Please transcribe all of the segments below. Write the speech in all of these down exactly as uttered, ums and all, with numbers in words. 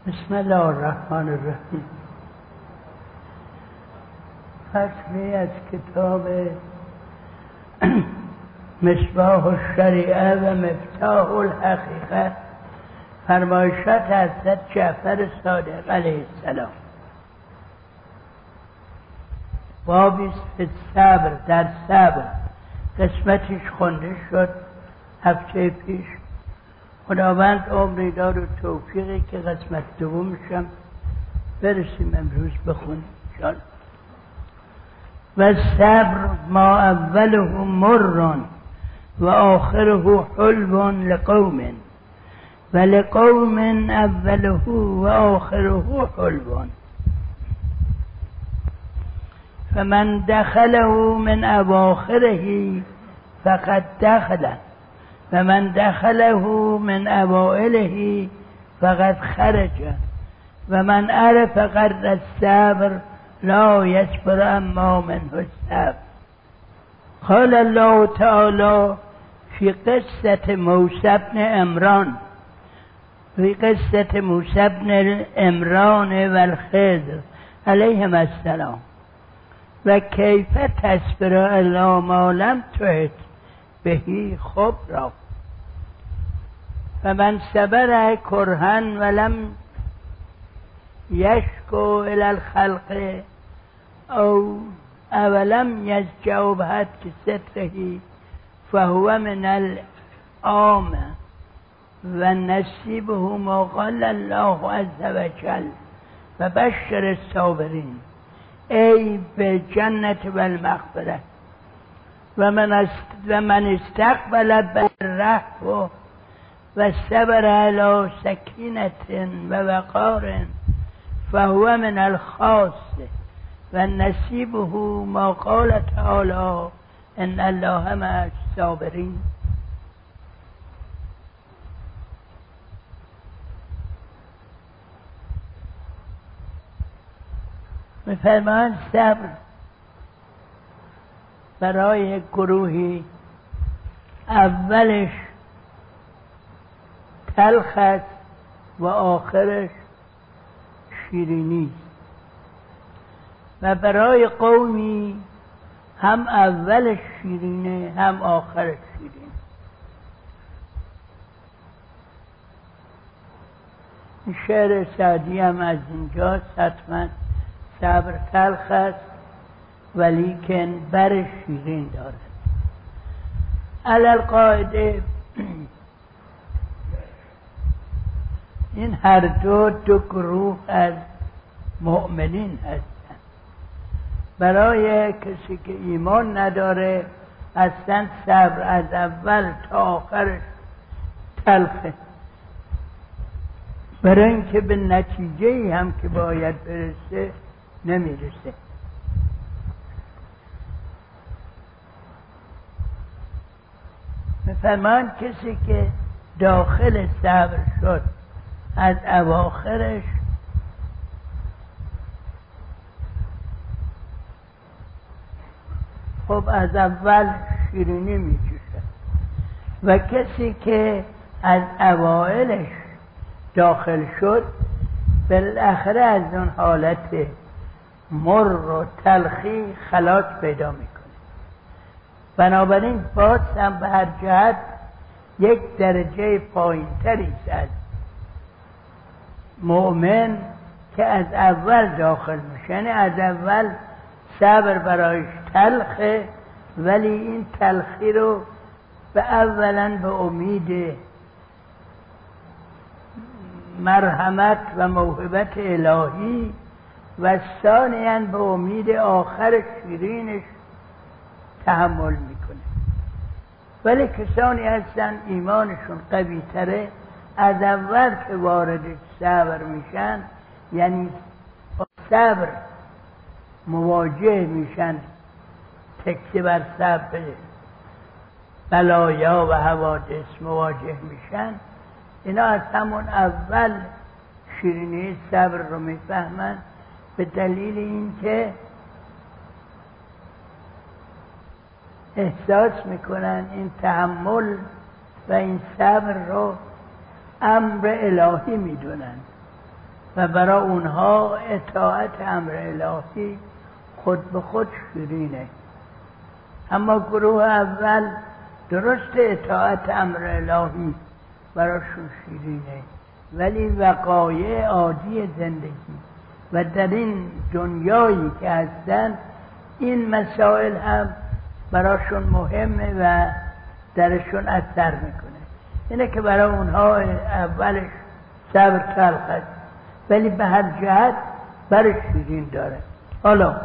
بسم الله الرحمن الرحیم. فصلی از کتاب مصباح الشریعه و مفتاح الحقیقه، فرمایشات حضرت جعفر صادق علیه السلام. بابی است صبر، در صبر قسمتش خونده شد هفته پیش. خداوند عمری دار و توفیقی که قسمت دومشم برسیم امروز بخونیم انشاءالله. و صبر ما اوله مر و آخره حلو لقوم و لقوم اوله و آخره حلو فمن دخله من اواخره فقد دخله و من دخله من اوائله فقد خرج و من عرف قدر الصبر لا يصبر اما منه الصبر. قال الله تعالى في قصة موسى بن عمران في قصة موسى بن عمران والخضر عليهما السلام و کیف تصبر الا ما لم تحط بهی خبرا و من صبر کرهن ولم یشکو الی الخلق او اولم یزجع بحد ستره فهو من العام و نصیبه ما قال الله عز وجل و بشر الصابرین ای به جنت و المغفره و من است و من استقبل بالرحب و صبر علی سکینت و وقار فهو من الخاص و نصیبه ما قال تعالی ان الله مع الصابرین. می‌فرمایند صبر برای گروهی اولش تلخ است و آخرش شیرینی و برای قومی هم اولش شیرینه هم آخرش شیرینه. این شعر سعدی هم از اینجاست. حتما صبر تلخ است ولیکن بر شیرین دارد. علل قاعده این هر دو دو گروه از مؤمنین هستند. برای کسی که ایمان نداره اصلا صبر از اول تا آخرش تلخه، برای اینکه به نتیجه هم که باید برسه نمیرسه. مثلا کسی که داخل صبر شد از اواخرش خب از اول شیرینی میچوشه و کسی که از اوائلش داخل شد بالاخره از اون حالت مر و تلخی خلاص پیدا میکنه. بنابراین باز هم به هر جهت یک درجه پایین تری از مؤمن که از اول داخل میشه، یعنی از اول صبر برایش تلخه ولی این تلخی رو به اولا به امید مرحمت و موهبت الهی و ثانیاً به امید آخر شیرینش تحمل میکنه. ولی کسانی هستن ایمانشون قوی تره از اول که وارد صبر میشن، یعنی صبر مواجه میشن، تکیه بر صبر بلایا و حوادث مواجه میشن، اینا از همون اول شیرینی صبر رو میفهمن به دلیل اینکه احساس میکنن این تحمل و این صبر رو امر الهی میدونن و برای اونها اطاعت امر الهی خود به خود شیرینه. اما گروه اول درست اطاعت امر الهی براشون شیرینه، ولی وقایع عادی زندگی و در این دنیایی که هستن این مسائل هم براشون مهمه و درشون اثر میکنه. اینه که برای اونها اولش صبر تلخ است، ولی به هر جهت برش شیرین داره. حالا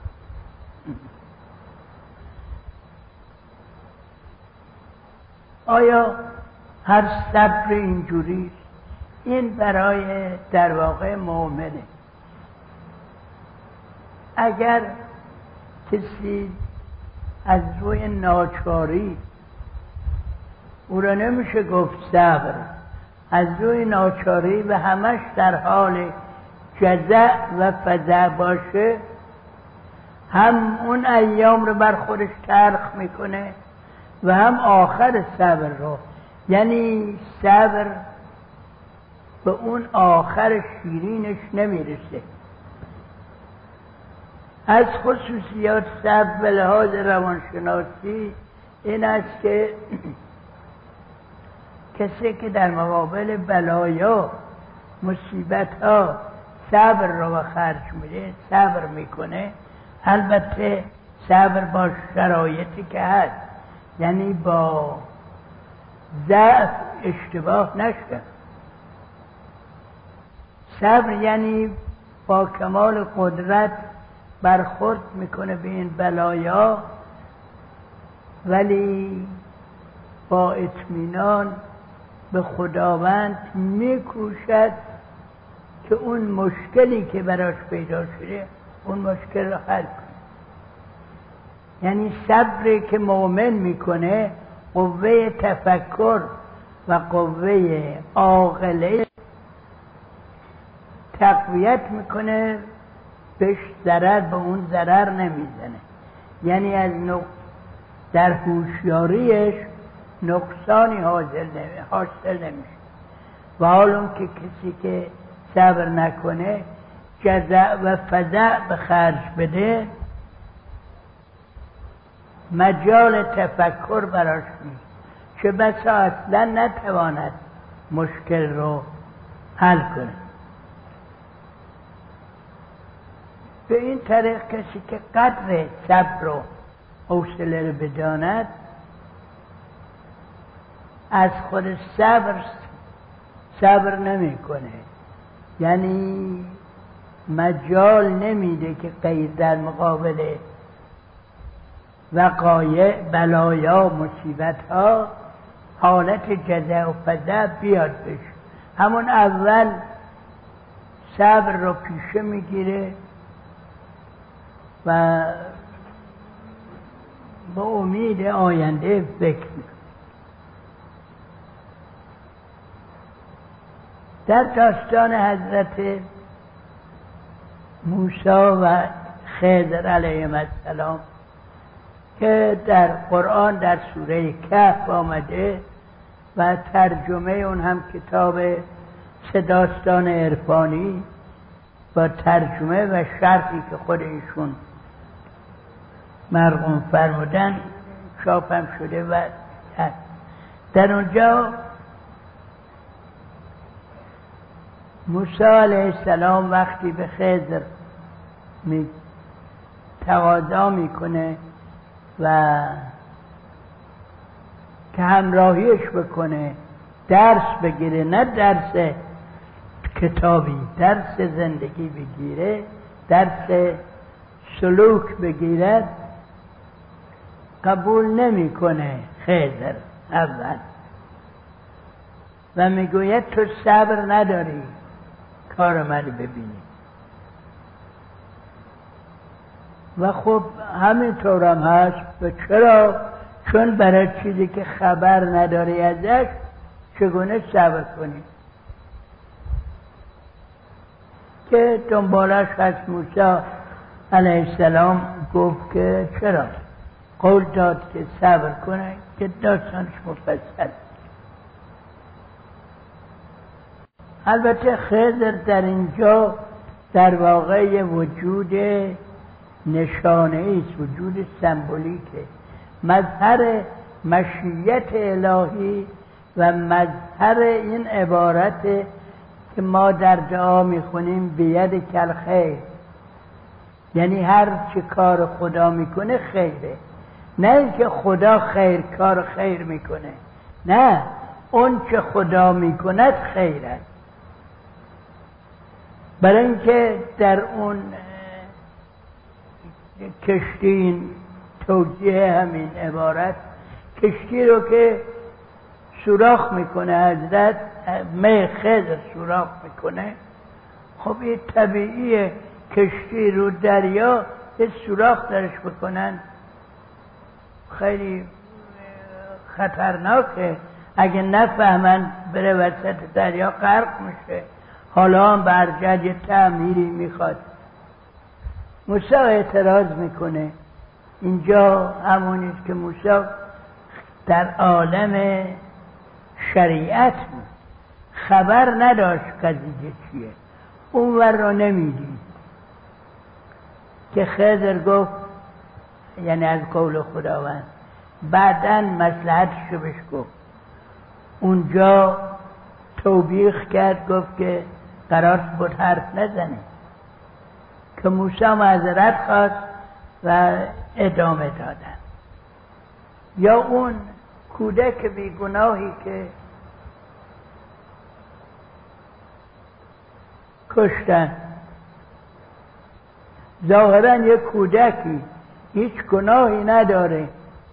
آیا هر صبر اینجوری؟ این برای در واقع مؤمنه. اگر کسی از روی ناچاری، او را نمیشه گفت صبر، از روی ناچاری و همش در حال جزع و فزع باشه، هم اون ایام رو بر خودش تلخ میکنه و هم آخر صبر رو، یعنی صبر به اون آخر شیرینش نمیرسه. از خصوصیات صبر به لحاظ روانشناسی این است که کسی که در مقابل بلایا، مصیبت ها صبر رو به خرج میده، صبر میکنه، البته صبر با شرایطی که هست، یعنی با ضعف اشتباه نشه. صبر یعنی با کمال قدرت برخورد میکنه به این بلایا، ولی با اطمینان به خداوند میکوشد که اون مشکلی که براش پیدا شده اون مشکل رو حل کنه. یعنی صبری که مؤمن میکنه قوه تفکر و قوه عاقله تقویت میکنه، بهش ضرر به اون ضرر نمیزنه. یعنی از نق... در هوشیاریش نقصانی حاصل نمیشه. و حالا که کسی که صبر نکنه جزع و فزع به خرج بده، مجال تفکر براش نیست، چه بسا اصلا نتواند مشکل رو حل کنه. به این طریق کسی که قدر صبر و حوصله رو بداند، از خود صبر صبر نمی کنه، یعنی مجال نمیده که غیر در مقابل وقایع، بلایا، مصیبت ها حالت جزع و فزع بیاد بشه. همون اول صبر رو پیشه میگیره و با امید آینده فکر میکنه. در داستان حضرت موسی و خضر علیهم السلام که در قرآن در سوره کهف آمده و ترجمه اون هم کتاب سه داستان عرفانی با ترجمه و شرحی که خود ایشون مرقوم فرمودن چاپ هم شده و هست. در اونجا موسی علیه السلام وقتی به خضر می تقاضا میکنه و که همراهیش بکنه، درس بگیره، نه درس کتابی، درس زندگی بگیره، درس سلوک بگیرد، قبول نمیکنه خضر اول و میگوید تو صبر نداری کار من ببینی. و خب همینطور هم هست. و چرا؟ چون برای چیزی که خبر نداری ازش چگونه صبر کنی؟ که دنبالش از موسی علیه السلام گفت که چرا؟ قول داد که صبر کنه که داستانش مفصل. البته خضر در اینجا در واقع وجود نشانه است، وجود سمبولیکه، مظهر مشیت الهی و مظهر این عبارت که ما در دعا میخونیم بید کل خیر، یعنی هر چه کار خدا میکنه خیره، نه اینکه خدا خیر کار خیر میکنه، نه، اون چه خدا میکند خیر است. برای اینکه در اون کشتی توجیه همین عبارت، کشتی رو که سوراخ میکنه حضرت، می خضر سوراخ میکنه، خب این طبیعیه کشتی رو دریا یه سوراخ درش بکنن خیلی خطرناکه، اگه نفهمن بره وسط دریا غرق میشه. حالا هم برجد یه تعمیری میخواد. موسی اعتراض میکنه، اینجا همونیست که موسی در عالم شریعت بود، خبر نداشت قضیه چیه، اون ور رو نمیدید که خضر گفت، یعنی از قول خداوند بعداً مصلحتشو بهش گفت. اونجا توبیخ کرد، گفت که قرار بود حرف نزنی، که موسی معذرت خواست و ادامه دادن. یا اون کودک بیگناهی که کشتن، ظاهراً یک کودکی هیچ گناهی نداره،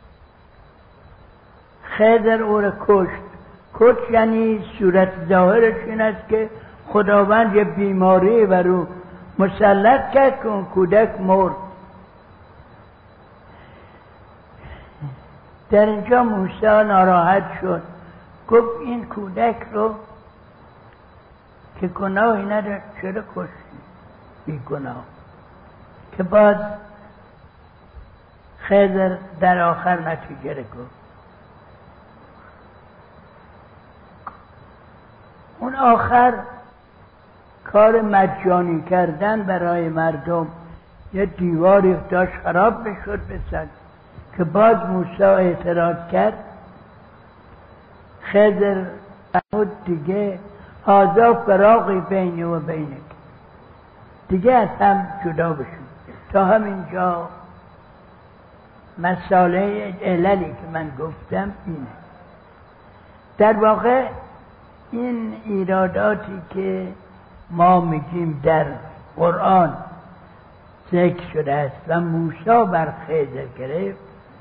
خضر او را کشت. کشت یعنی صورت ظاهرش این است که خداوند یه بیماری بر او مسلط کرد که اون کودک مرد. در اینجا موسی ناراحت شد، گفت این کودک رو که گناهی نداره چرا کشتی؟ بی گناه. که باز خضر در آخر نتیجه رو گفت. اون آخر کار مجانی کردن برای مردم، یه دیواری داشت خراب بشد بسد، که باز موسی اعتراض کرد. خضر فرمود دیگه هذا فراقی بینی و بینک، دیگه از هم جدا بشون. تا همینجا مسئله عللی که من گفتم اینه. در واقع این ایراداتی که ما میگیم در قرآن ذکر شده است و موسی بر خضر گرفت،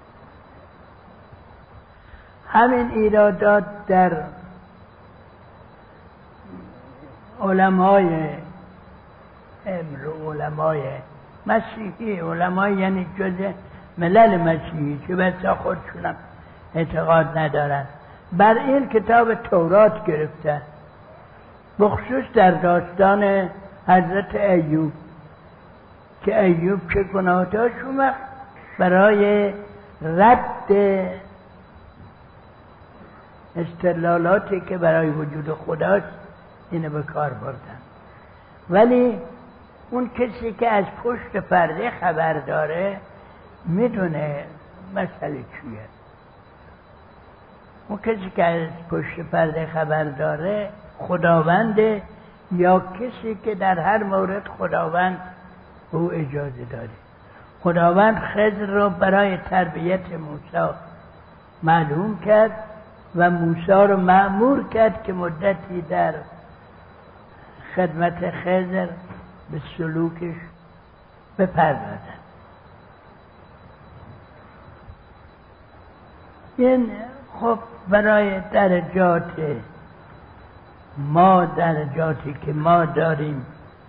همین ایرادات در علمای امر، علمای مسیحی، علمای یعنی جز ملل مسیحی که بسا خودشونم اعتقاد ندارن، بر این کتاب تورات گرفتن، بخصوص در داستان حضرت ایوب که ایوب چه گناه داشت، اومد برای رد استدلالاتی که برای وجود خداست اینو به کار بردن. ولی اون کسی که از پشت پرده خبر داره میدونه مسئله چیه. اون کسی که از پشت پرده خبر داره خداونده، یا کسی که در هر مورد خداوند او اجازه داره. خداوند خضر رو برای تربیت موسی معلوم کرد و موسی رو مأمور کرد که مدتی در خدمت خضر به سلوکش بپردازد. این خب برای درجات ما، درجاتی که ما داریم،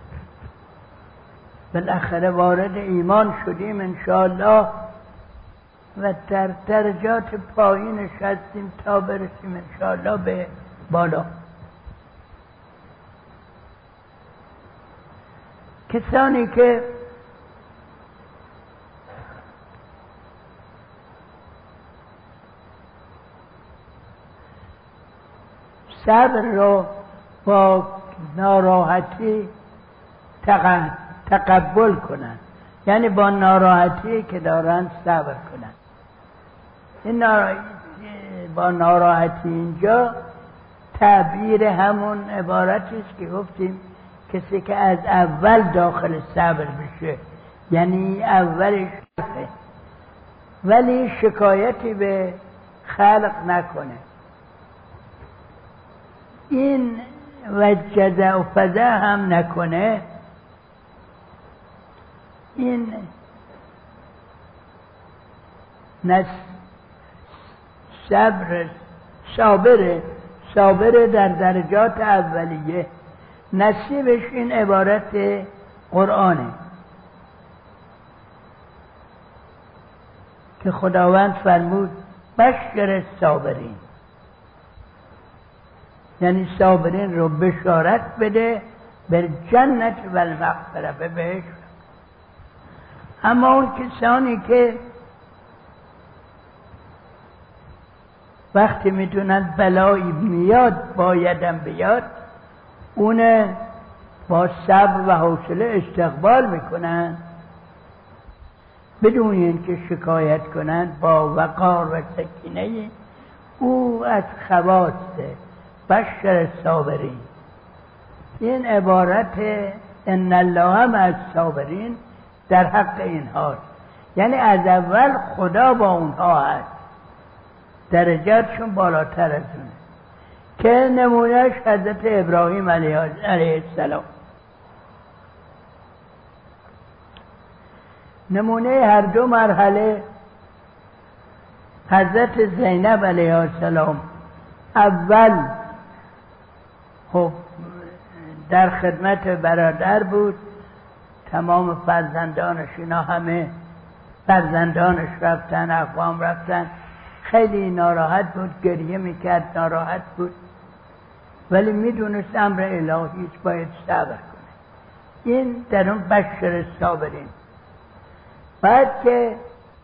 بالاخره وارد ایمان شدیم انشاءالله و در درجات پایینش هستیم تا برسیم انشاءالله به بالا. کسانی که صبر رو با ناراحتی تقبل کنن، یعنی با ناراحتی که دارن صبر کنن. این نارا... با ناراحتی اینجا تعبیر همون عبارتی است که گفتیم کسی که از اول داخل صبر بشه، یعنی اولش ولی شکایتی به خلق نکنه. این وجزع و فزع هم نکنه. این نس صبر صابره صابره در درجات اولیه، نصیبش این عبارت قرآنه که خداوند فرمود بشر صابرین، یعنی صابرین رو بشارت بده به جنت و المغفره، به بهشت. اما اون کسانی که وقتی میدونن بلایی میاد بایدم بیاد، اون با صبر و حوصله استقبال میکنن بدون اینکه شکایت کنن، با وقار و سکینه. او از خواص بشر صابرین. این عبارت ان الله مع الصابرین در حق اینهاست، یعنی از اول خدا با اونها هست، درجاتشون بالاتر از اونه. که نمونهش حضرت ابراهیم علیه السلام، نمونه هر دو مرحله حضرت زینب علیه السلام اول خب در خدمت برادر بود، تمام فرزندانش اینا همه فرزندانش رفتن، اقوام رفتن، خیلی ناراحت بود، گریه میکرد، ناراحت بود، ولی میدونست امر الهی است، باید صبر کنه. این در اون بشر صابرین. بعد که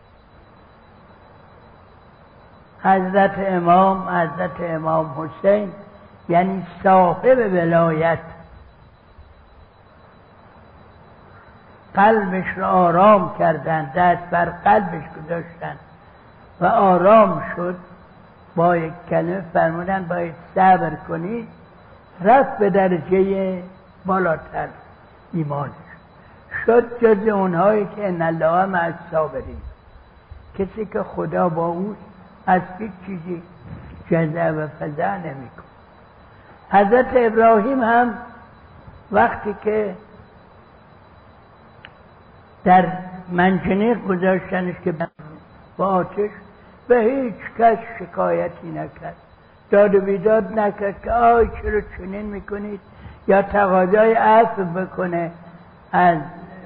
حضرت امام حضرت امام حسین، یعنی صاحب ولایت، قلبش را آرام کردن، دست بر قلبش گذاشتن و آرام شد، با یک کلمه فرمودن باید صبر کنید، رفت به درجه بالاتر ایمانش، شد جز اونهایی که ان الله مع الصابرین. کسی که خدا با او از هیچ چیزی جزع و فزع نمی‌کنه. حضرت ابراهیم هم وقتی که در منجنیق گذاشتنش که با آتش، به هیچ کس شکایتی نکرد، داد و بیداد نکرد که آی چرا چنین میکنید، یا تقاضای عفو بکنه از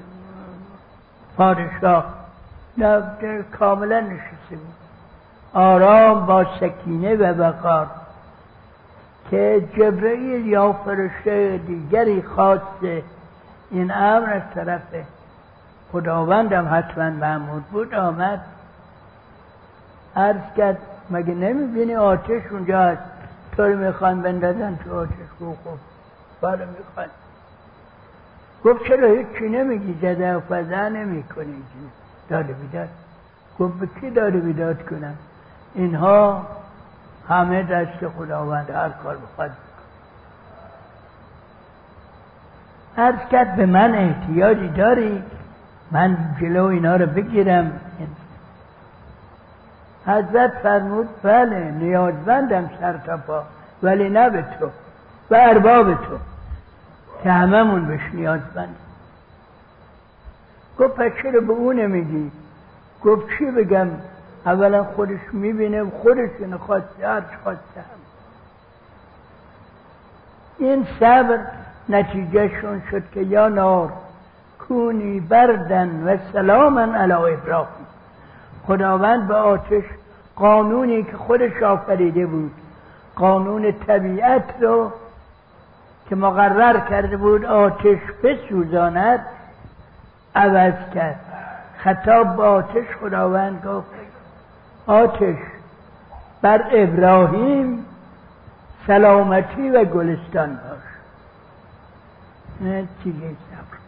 پادشاه. نه، کاملا نشسته بود آرام با سکینه و وقار. که جبرئیل یا فرشته دیگری خواسته این امر از طرف خداوندم حتما محمود بود، آمد عرض کرد مگه نمیبینی آتش اونجا هست، تو رو میخوان بندازن تو آتش؟ گفت خب بله میخوان. گفت چرا هیچی نمیگی، جزع و فزع نمی کنی، داد بیداد؟ گفت به کی داد بیداد کنم؟ اینها همه دست خداوند، هر کار بخواد بکن. عرض کرد به من احتیاجی داری من جلو اینا رو بگیرم؟ حضرت فرمود بله نیازمندم سر تا پا، ولی نه به تو و ارباب تو که هممون بهش نیازمند. گفت پس چرا به اون نمیگی؟ گفت چی بگم؟ اولا خودش میبینه، خودش اینو خواسته، هرچ خواسته هم. این صبر نتیجه شون شد که یا نار کونی بردن و سلاما علی ابراهیم. خداوند به آتش قانونی که خودش آفریده بود، قانون طبیعت رو که مقرر کرده بود آتش بسوزاند، عوض کرد. خطاب به آتش خداوند گفت آتش بر ابراهیم سلامتی و گلستان باش. نتیجه صبر.